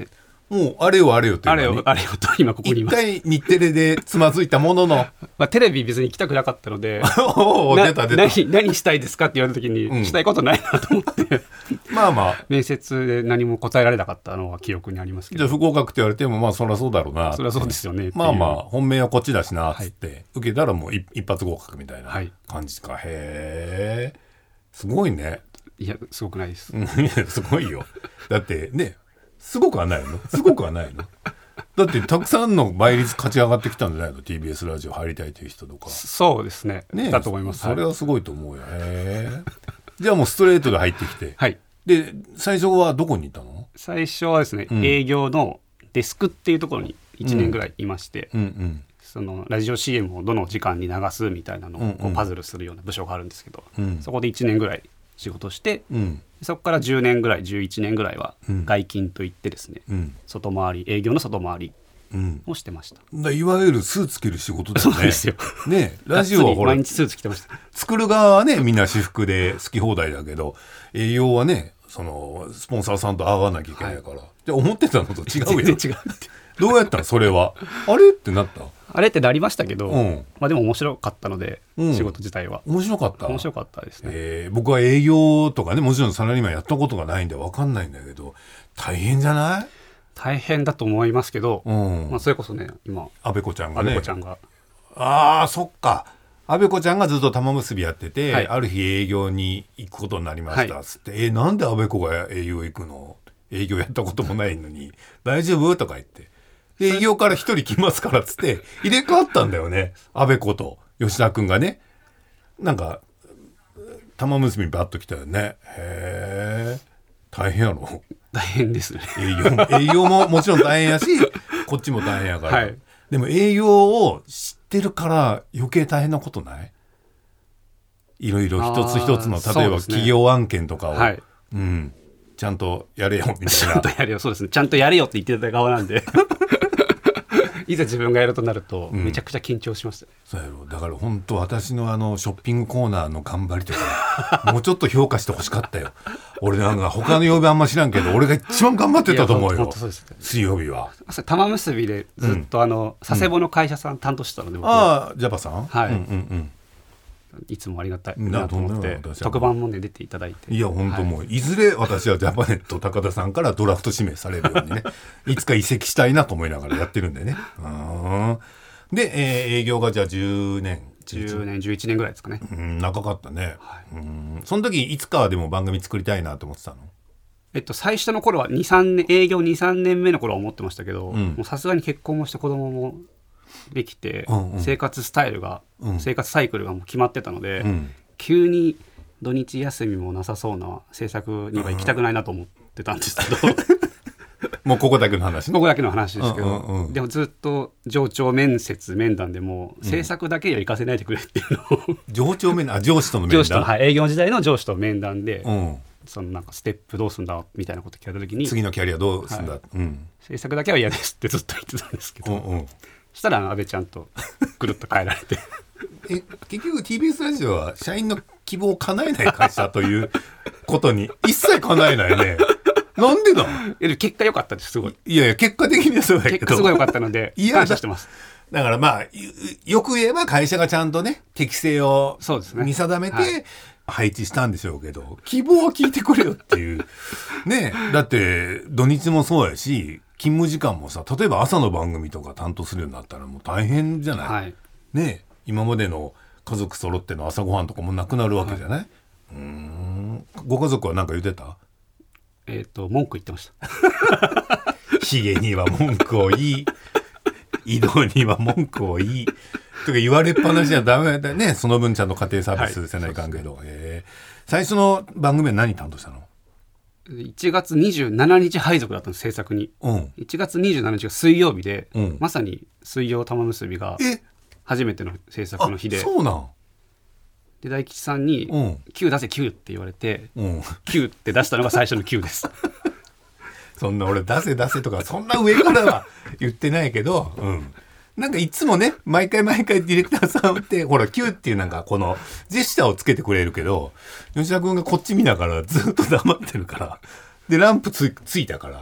もうあれよあれよっていうあれよあれよと今ここにいます。 一回日テレでつまずいたもののまあ、テレビ別に行きたくなかったのでお出た出た何, 何したいですかって言われた時に、うん、したいことないなと思ってまあまあ面接で何も答えられなかったのは記憶にありますけど、 じゃあ不合格って言われてもまあそりゃそうだろうな、 そりゃそうですよね、 まあまあ本命はこっちだしなっつって、はい、受けたらもう一発合格みたいな感じか、はい、へえすごいね。 いやすごくないです。 いやすごいよ。だってねすごくはないのすごくはないのだってたくさんの倍率勝ち上がってきたんじゃないの ティービーエス ラジオ入りたいという人とか。 そうです ね, ねだと思います。 それはすごいと思うよ。へえじゃあもうストレートで入ってきて、 はい、 で最初はどこにいたの？ 最初はですね、うん、営業のデスクっていうところにいちねんぐらいいまして、 うんうんうん、 そのラジオ シーエム をどの時間に流すみたいなのをこうパズルするような部署があるんですけど、うんうん、そこでいちねんぐらい仕事して、うん、そこからじゅうねんぐらいじゅういちねんぐらいは外勤といってですね、うん、外回り営業の外回りをしてました、 うん、だいわゆるスーツ着る仕事だよね。 そうですよ、 ね、ラジオはほら毎日スーツ着てました。 作る側はねみんな私服で好き放題だけど営業はねそのスポンサーさんと会わなきゃいけないから、はい、じゃあ思ってたのと違うよ。 全然違うってどうやったのそれは。あれってなった？ あれってなりましたけど、うん、まあ、でも面白かったので、うん、仕事自体は面白かった面白かったですね、 えー、僕は営業とかねもちろんサラリーマンやったことがないんで分かんないんだけど大変じゃない？ 大変だと思いますけど、うん、まあ、それこそね今安倍子ちゃんがね安倍子ちゃんがあーそっか安倍子ちゃんがずっと玉結びやってて、はい、ある日営業に行くことになりましたっつって、はい、えなんで安倍子が営業行くの？営業やったこともないのに大丈夫とか言ってで営業から一人来ますからっつって入れ替わったんだよね安倍子と吉田君がね。なんか玉結びバッと来たよね。へー大変やろ。 大変ですね。 営業営業ももちろん大変やしこっちも大変やから、はい、でも営業を知ってるから余計大変なことない？いろいろ一つ一つの例えば企業案件とかを、はい、うん、ちゃんとやれよみたいな。 ちゃんとやれよ、そうですね、ちゃんとやれよって言ってた側なんでいざ自分がやるとなるとめちゃくちゃ緊張しました、ね、 うん、そうやろ。だから本当私のあのショッピングコーナーの頑張りとかもうちょっと評価してほしかったよ俺なんか他の曜日あんま知らんけど俺が一番頑張ってたと思うよ。本当そうですね、水曜日は玉結びでずっとあの、うん、佐世保の会社さん担当してたので、僕ああジャパさん、 はい、 うんうんうん、 いつもありがたいなと思って特番もね出ていただいて、 いや本当もう、はい、いずれ私はジャパネット高田さんからドラフト指名されるようにねいつか移籍したいなと思いながらやってるんでね。うんで、えー、営業がじゃあじゅうねんじゅうねんじゅういちねんぐらいですかね。 うん長かったね、はい、うんその時いつかはでも番組作りたいなと思ってたの？ えっと、最初の頃はにさんねん営業 にさんねんめの頃は思ってましたけど、さすがに結婚もして子供もできて、うんうん、生活スタイルが、うん、生活サイクルがもう決まってたので、うん、急に土日休みもなさそうな制作には行きたくないなと思ってたんですけど、うん、 もうここだけの話、ね、 ここだけの話ですけど、 うんうんうん、 でもずっと上長面接面談でも制作だけは行かせないでくれっていうのを、うん、 上長面談あ上司との面談上司と、はい、営業時代の上司と面談で、 うん、 そのなんかステップどうすんだみたいなこと聞かれた時に次のキャリアどうすんだ、はい、うん、 制作だけは嫌ですってずっと言ってたんですけど、 うんうん、 したら安倍ちゃんとぐるっと変えられてえ結局 ティービーエス ラジオは社員の希望を叶えない会社ということに一切叶えないねなんでだ結果良かったですすごい。 いやいや結果的にはそうだけど結果すごい良かったので感謝してます。 だからまあよく言えば会社がちゃんとね適性を見定めて、 はい、 配置したんでしょうけど希望は聞いてくれよっていうね。だって土日もそうやし勤務時間もさ例えば朝の番組とか担当するようになったらもう大変じゃない、 はい、 ね今までの家族揃っての朝ごはんとかもなくなるわけじゃない、はい、うーんご家族は何か言ってた？ えっと文句言ってましたヒゲには文句を言い移動には文句を言いとか言われっぱなしじゃダメだね。その分ちゃんと家庭サービスせないかんけど、はい、えー、最初の番組は何担当したの？ いちがつにじゅうしちにち配属だったんです制作に、うん、いちがつにじゅうしちにちが水曜日で、うん、まさに水曜玉結びが初めての制作の日で、 そうなんで大吉さんに、うん、きゅう出せきゅうって言われて、うん、きゅうって出したのが最初のきゅうですそんな俺出せ出せとかそんな上からは言ってないけど、うん、なんかいつもね毎回毎回ディレクターさんってほらきゅうっていうなんかこのジェスチャーをつけてくれるけど吉田君がこっち見ながらずっと黙ってるからでランプ つ, ついたから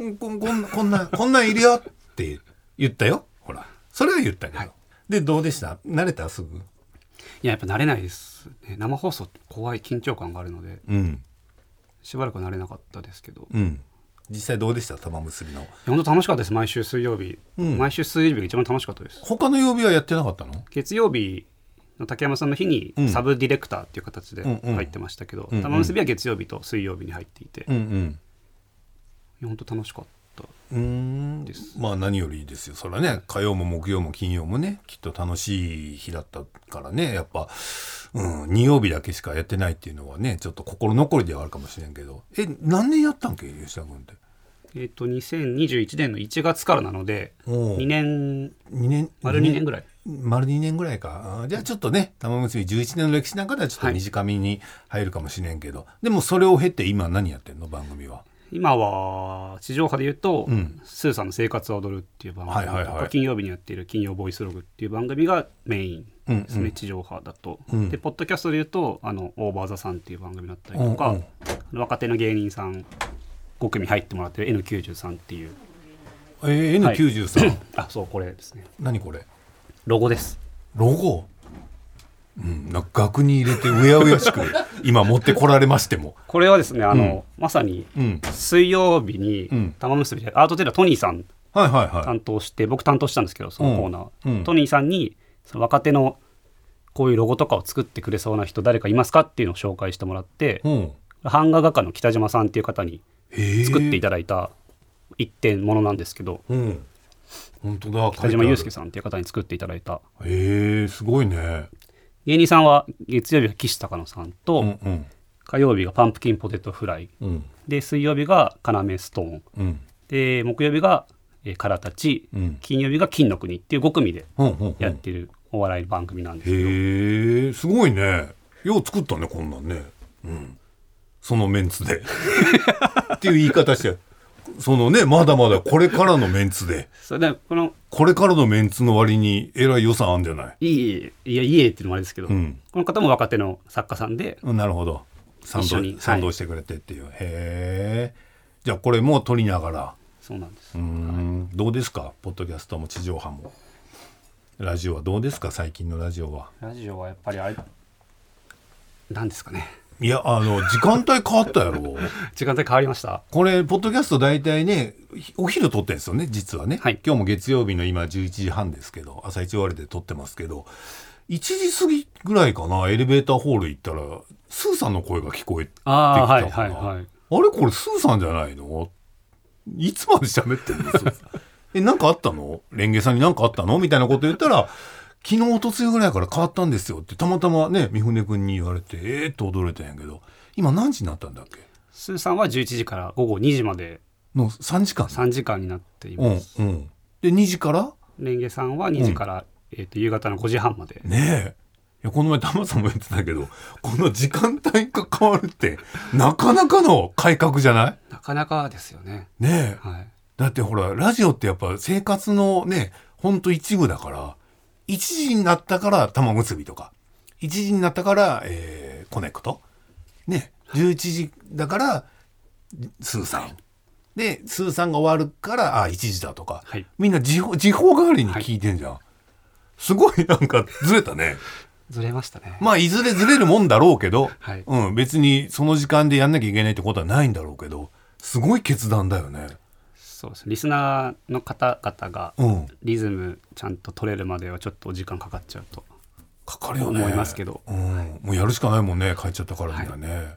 こんこんこんなこんなんいるよって言ったよ。ほらそれは言ったけど、はい、でどうでした？慣れた？すぐ？ いややっぱ慣れないですね。生放送って怖い緊張感があるので、 うん、 しばらく慣れなかったですけど、 うん、実際どうでした？玉結びの。 本当楽しかったです。毎週水曜日、うん、毎週水曜日が一番楽しかったです。 他の曜日はやってなかったの？ 月曜日の竹山さんの日にサブディレクターっていう形で入ってましたけど、うんうん、玉結びは月曜日と水曜日に入っていて、うんうん、いや本当楽しかったです。 うーん、まあ何よりいいですよ。それはね、火曜も木曜も金曜もねきっと楽しい日だったからね。やっぱ、うん、に曜日だけしかやってないっていうのはねちょっと心残りではあるかもしれんけど、え何年やったんけ吉田君って。 えっとにせんにじゅういちねんのいちがつからなのでにねんにねん丸にねんぐらい丸にねんぐらいか。じゃあちょっとね玉結びじゅういちねんの歴史なんかではちょっと短めに入るかもしれんけど、はい、でもそれを経て今何やってんの番組は。 今は地上波で言うと、うん、スーさんの生活を踊るっていう番組とか、はいはいはい、金曜日にやっている金曜ボイスログっていう番組がメインですね、うんうん、地上波だと、うん、でポッドキャストで言うとあのオーバーザさんっていう番組だったりとか、うんうん、若手の芸人さんご組入ってもらってる エヌきゅうじゅうさん っていう、 えー、エヌきゅうじゅうさん、はい、 あそうこれですね。 何これ？ ロゴです。 ロゴ？うん、なんか額に入れてうやうやしく今持ってこられましてもこれはですねあの、うん、まさに水曜日に玉結びでアートテラトニーさん担当して、はいはいはい、僕担当したんですけどそのコーナー、うんうん、トニーさんにその若手のこういうロゴとかを作ってくれそうな人誰かいますかっていうのを紹介してもらって、うん、版画画家の北島さんっていう方に作っていただいた一点ものなんですけど、うん、 本当だ、 北島祐介さんっていう方に作っていただいた。 へえ、すごいね。 芸人さんは月曜日が岸高野さんと、うんうん、火曜日がパンプキンポテトフライ、うん、で水曜日がカナメストーン、うん、で木曜日がカラタチ、うん、金曜日が金の国っていうご組でやってるお笑い番組なんですけど、 へえ、すごいね。よう作ったねこんなんね、うん、そのメンツでっていう言い方してそのねまだまだこれからのメンツでそれでこのこれからのメンツの割にえらい予算あるんじゃない？ いいいやいいっていうのもあれですけど、うん、この方も若手の作家さんで、 うん、なるほど、賛同、賛同してくれてっていう、はい、へえ。じゃあこれも撮りながら。 そうなんです。 うーん、どうですかポッドキャストも地上波もラジオはどうですか最近のラジオは。 ラジオはやっぱりあれなんですかね。 いやあの時間帯変わったやろ時間帯変わりました。 これポッドキャスト大体ねお昼撮ってるんですよね実はね、はい、今日も月曜日の今じゅういちじはんですけど朝一終わりで撮ってますけどいちじ過ぎぐらいかなエレベーターホール行ったらスーさんの声が聞こえてきたかな。あ、はいはいはい、あれこれスーさんじゃないのいつまで喋ってるんですえなんかあったのレンゲさんになんかあったのみたいなこと言ったら昨日おとついぐらいから変わったんですよってたまたまね三船君に言われてえーっと驚いたんやけど今何時になったんだっけ。 スーさんはじゅういちじから午後にじまでのさんじかんさんじかんになっています、 うんうん、でにじからレンゲさんはにじから、うんえー、と夕方のごじはんまでねえ。いやこの前タマさんも言ってたけどこの時間帯が変わるってなかなかの改革じゃない？ なかなかですよね。 ねえ、はい、だってほらラジオってやっぱ生活のねほんと一部だからいちじになったから玉結びとかいちじになったから、えー、コネクトねじゅういちじだからスーさんでスーさんが終わるからあいちじだとか、はい、みんな時報、時報代わりに聞いてんじゃん、はい、すごいなんかずれたねずれましたね。 まあいずれずれるもんだろうけど、はいうん、別にその時間でやんなきゃいけないってことはないんだろうけどすごい決断だよね。 そうです。リスナーの方々がリズムちゃんと取れるまではちょっと時間かかっちゃうとかかるよね思いますけど、 うん、もうやるしかないもんね帰っちゃったからにはね、はい、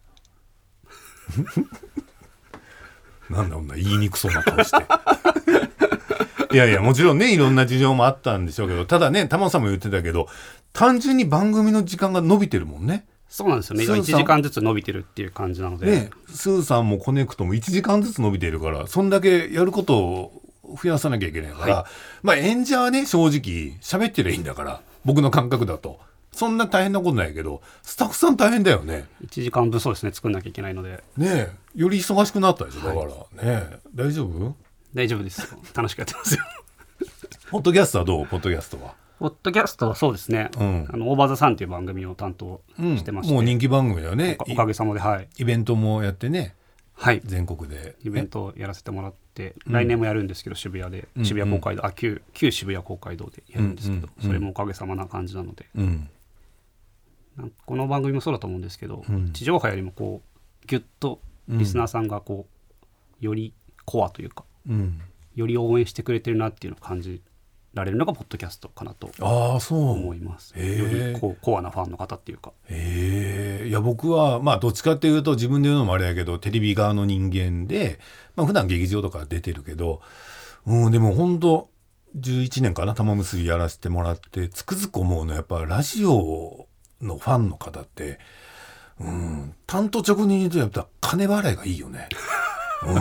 なんだこんな言いにくそうな顔していやいやもちろんねいろんな事情もあったんでしょうけどただね玉尾さんも言ってたけど単純に番組の時間が伸びてるもんね。 そうなんですよね。いちじかんずつ伸びてるっていう感じなので、ね、 スーさんもコネクトもいちじかんずつ伸びてるからそんだけやることを増やさなきゃいけないから、はい、まあ演者はね正直喋ってりゃいいんだから僕の感覚だとそんな大変なことないけどスタッフさん大変だよね。 いちじかんぶんそうですね作んなきゃいけないのでねえより忙しくなったでしょ。だから、はい、ねえ大丈夫？ 大丈夫です楽しくやってますよポッドキャストはどう？ポッドキャストはポッドキャストはそうですね、うん、あのオーバーザさんという番組を担当してまして、 うん、もう人気番組だよね。 お, おかげさまで、はい、 イベントもやってね、 はい、 全国で、ね、 イベントをやらせてもらっ 、来年もやるんですけど、渋谷で、うん、渋谷公会堂、あ旧、旧渋谷公会堂でやるんですけど、うんうん、それもおかげさまな感じなので、うん、なんかこの番組もそうだと思うんですけど、うん、地上波よりもこうギュッとリスナーさんがこうよりコアというか、うん、より応援してくれてるなっていうのを感じられるのがポッドキャストかなと思います。よりこうコアなファンの方っていうか。 へー、いや僕はまあどっちかっていうと自分で言うのもあれやけどテレビ側の人間で、まあ、普段劇場とか出てるけど、うん、でも本当じゅういちねんかな玉結びやらせてもらってつくづく思うのはやっぱラジオのファンの方って、うん、単刀直入に言うとやっぱ金払いがいいよね。うん、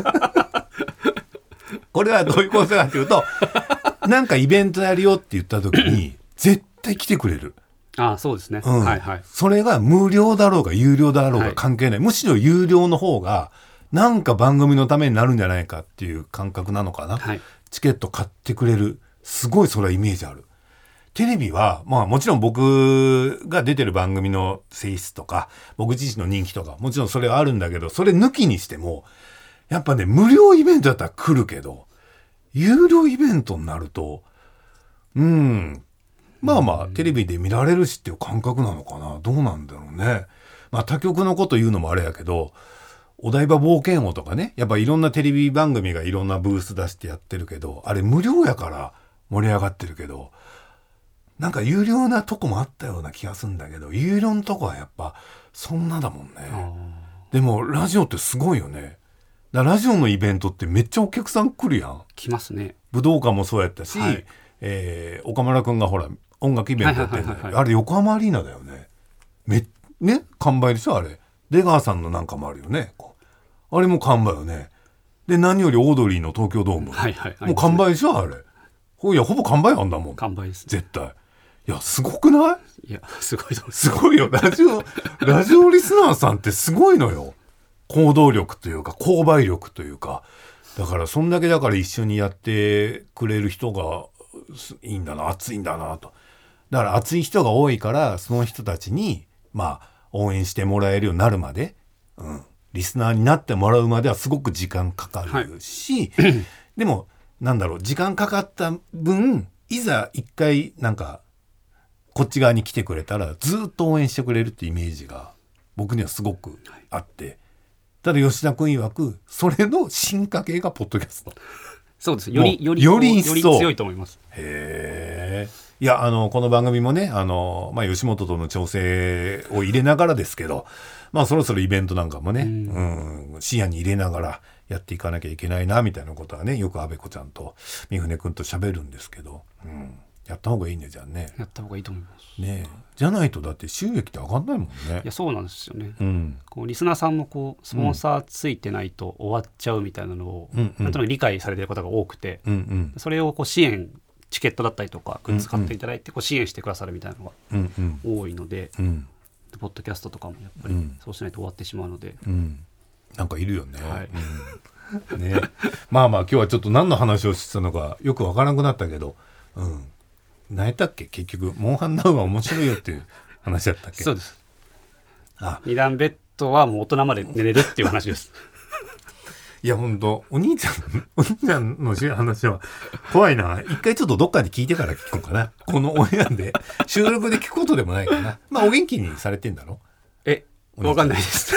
これはどういうことかというとなんかイベントやるよって言った時に絶対来てくれる。 ああそうですね、 うん、 はいはい。 それが無料だろうが有料だろうが関係ない、はい、むしろ有料の方がなんか番組のためになるんじゃないかっていう感覚なのかな、はい、チケット買ってくれる、すごいそれはイメージある。テレビはまあもちろん僕が出てる番組の性質とか僕自身の人気とかもちろんそれはあるんだけど、それ抜きにしてもやっぱね無料イベントだったら来るけど有料イベントになるとうんまあまあテレビで見られるしっていう感覚なのかな、どうなんだろうね。まあ他局のこと言うのもあれやけどお台場冒険王とかね、やっぱいろんなテレビ番組がいろんなブース出してやってるけどあれ無料やから盛り上がってるけどなんか有料なとこもあったような気がするんだけど有料のとこはやっぱそんなだもんね。でもラジオってすごいよね。だラジオのイベントってめっちゃお客さん来るやん。 来ますね。 武道館もそうやったし、はいえー、岡村くんがほら音楽イベントやってるんだよ、あれ横浜アリーナだよね。めね完売でしょあれ。出川さんのなんかもあるよね。あれも完売よね。で何よりオードリーの東京ドーム、はいはい、もう完売でしょあれ。いやほぼ完売あんだもん。 完売です、ね、 絶対。いやすごくない？ いやすごいと思います。 すごいよ。ラジオラジオリスナーさんってすごいのよ。行動力というか購買力というか、だからそんだけだから一緒にやってくれる人がいいんだな、熱いんだなと。だから熱い人が多いからその人たちにまあ応援してもらえるようになるまで、うん、リスナーになってもらうまではすごく時間かかるし、はい、でもなんだろう時間かかった分いざ一回なんかこっち側に来てくれたらずっと応援してくれるってイメージが僕にはすごくあって、はい、ただ吉田君曰くそれの進化系がポッドキャスト。 そうです。よりよりより一層より強いと思います。 へー。いやあのこの番組もねあの、まあ、吉本との調整を入れながらですけど、まあそろそろイベントなんかもね、うんうん、視野に入れながらやっていかなきゃいけないなみたいなことはねよく安部子ちゃんと三船君と喋るんですけど、うん、やった方がいいねじゃあね。 やった方がいいと思いますね。じゃないとだって収益って上がんないもんね。 いやそうなんですよね、うん、こうリスナーさんもこうスポンサーついてないと終わっちゃうみたいなのを、うん、なんとなく理解されている方が多くて、うんうん、それをこう支援チケットだったりとかグッズ買っていただいてこう支援してくださるみたいなのが多いので、うんうん、ポッドキャストとかもやっぱりそうしないと終わってしまうので、 うん、なんかいるよね、はいうんね、まあまあ今日はちょっと何の話をしてたのかよくわからなくなったけど、うん、何やったっけ結局モンハンナウは面白いよっていう話だったっけ。 そうです。あ二段ベッドはもう大人まで寝れるっていう話ですいやほんとお兄ちゃんお兄ちゃんの話は怖いな。一回ちょっとどっかで聞いてから聞こうかな。このオンエアで収録で聞くことでもないかな。まあお元気にされてんだろ。 えわかんないです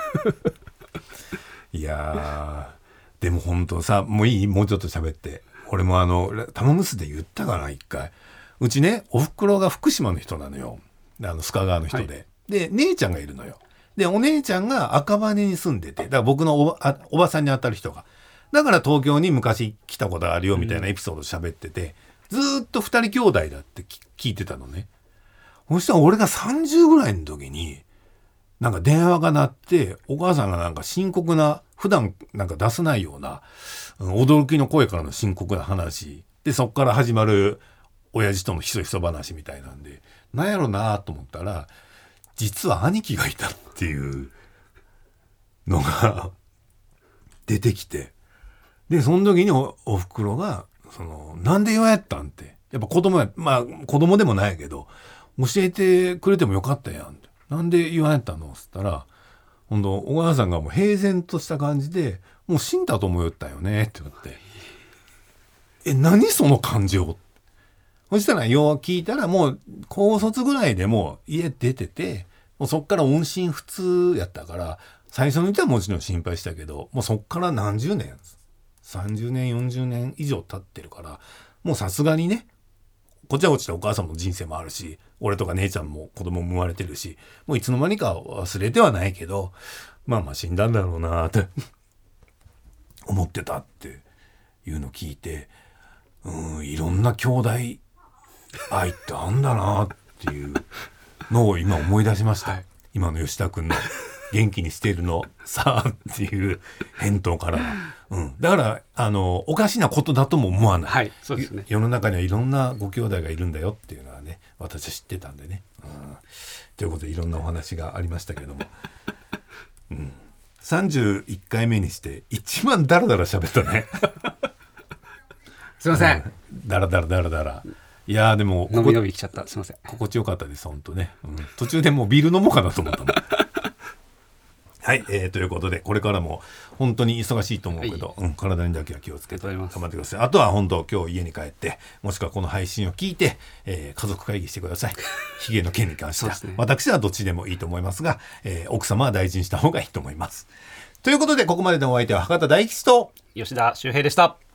いやでもほんとさもういいもうちょっと喋って。俺もあの玉結で言ったかな一回。うちねおふくろが福島の人なのよ。あの須賀川の人で、はい、で姉ちゃんがいるのよ。でお姉ちゃんが赤羽に住んでてだから僕の お, あおばさんに当たる人がだから東京に昔来たことあるよみたいなエピソード喋ってて、うん、ずっと二人兄弟だって聞いてたのね。そしたら俺がさんじゅうぐらいの時になんか電話が鳴ってお母さんがなんか深刻な普段なんか出せないような、うん、驚きの声からの深刻な話でそっから始まる親父とのひそひそ話みたいなんでなんやろなと思ったら実は兄貴がいたっていうのが出てきてでその時に お, おふくろがそのなんで言わやったんってやっぱ子供やまあ子供でもないけど教えてくれてもよかったやんってなんで言わやったのっつったらほんと小川さんがもう平然とした感じでもう死んだと思いよったよねって言ってえ何その感情。そしたらよう聞いたらもう高卒ぐらいでもう家出ててもうそっから音信不通やったから最初のうちはもちろん心配したけどもうそっから何十年さんじゅうねんよんじゅうねん以上経ってるからもうさすがにねこっちはこっちでお母さんの人生もあるし俺とか姉ちゃんも子供も生まれてるしもういつの間にか忘れてはないけどまあまあ死んだんだろうなって思ってたっていうのを聞いてうんいろんな兄弟愛ってあんだなっていうのを今思い出しました、はい、今の吉田君の元気にしてるのさあっていう返答からは、うん、だからあのおかしなことだとも思わない、 はい、そうですね、 世の中にはいろんなご兄弟がいるんだよっていうのはね私は知ってたんでね、うん、ということでいろんなお話がありましたけども、うん、さんじゅういっかいめにして一番ダラダラ喋ったねすいません、うん、 ダラダラダラダラいやでも伸び伸び来ちゃったすいません心地よかったです本当ね、うん、途中でもうビール飲もうかなと思ったもんはい、えー、ということでこれからも本当に忙しいと思うけど、はいうん、体にだけは気をつけて頑張ってください。あとは本当今日家に帰ってもしくはこの配信を聞いて、えー、家族会議してください。ヒゲの件に関しては、ね、私はどっちでもいいと思いますが、えー、奥様は大事にした方がいいと思います。ということでここまでのお相手は博多大吉と吉田修平でした。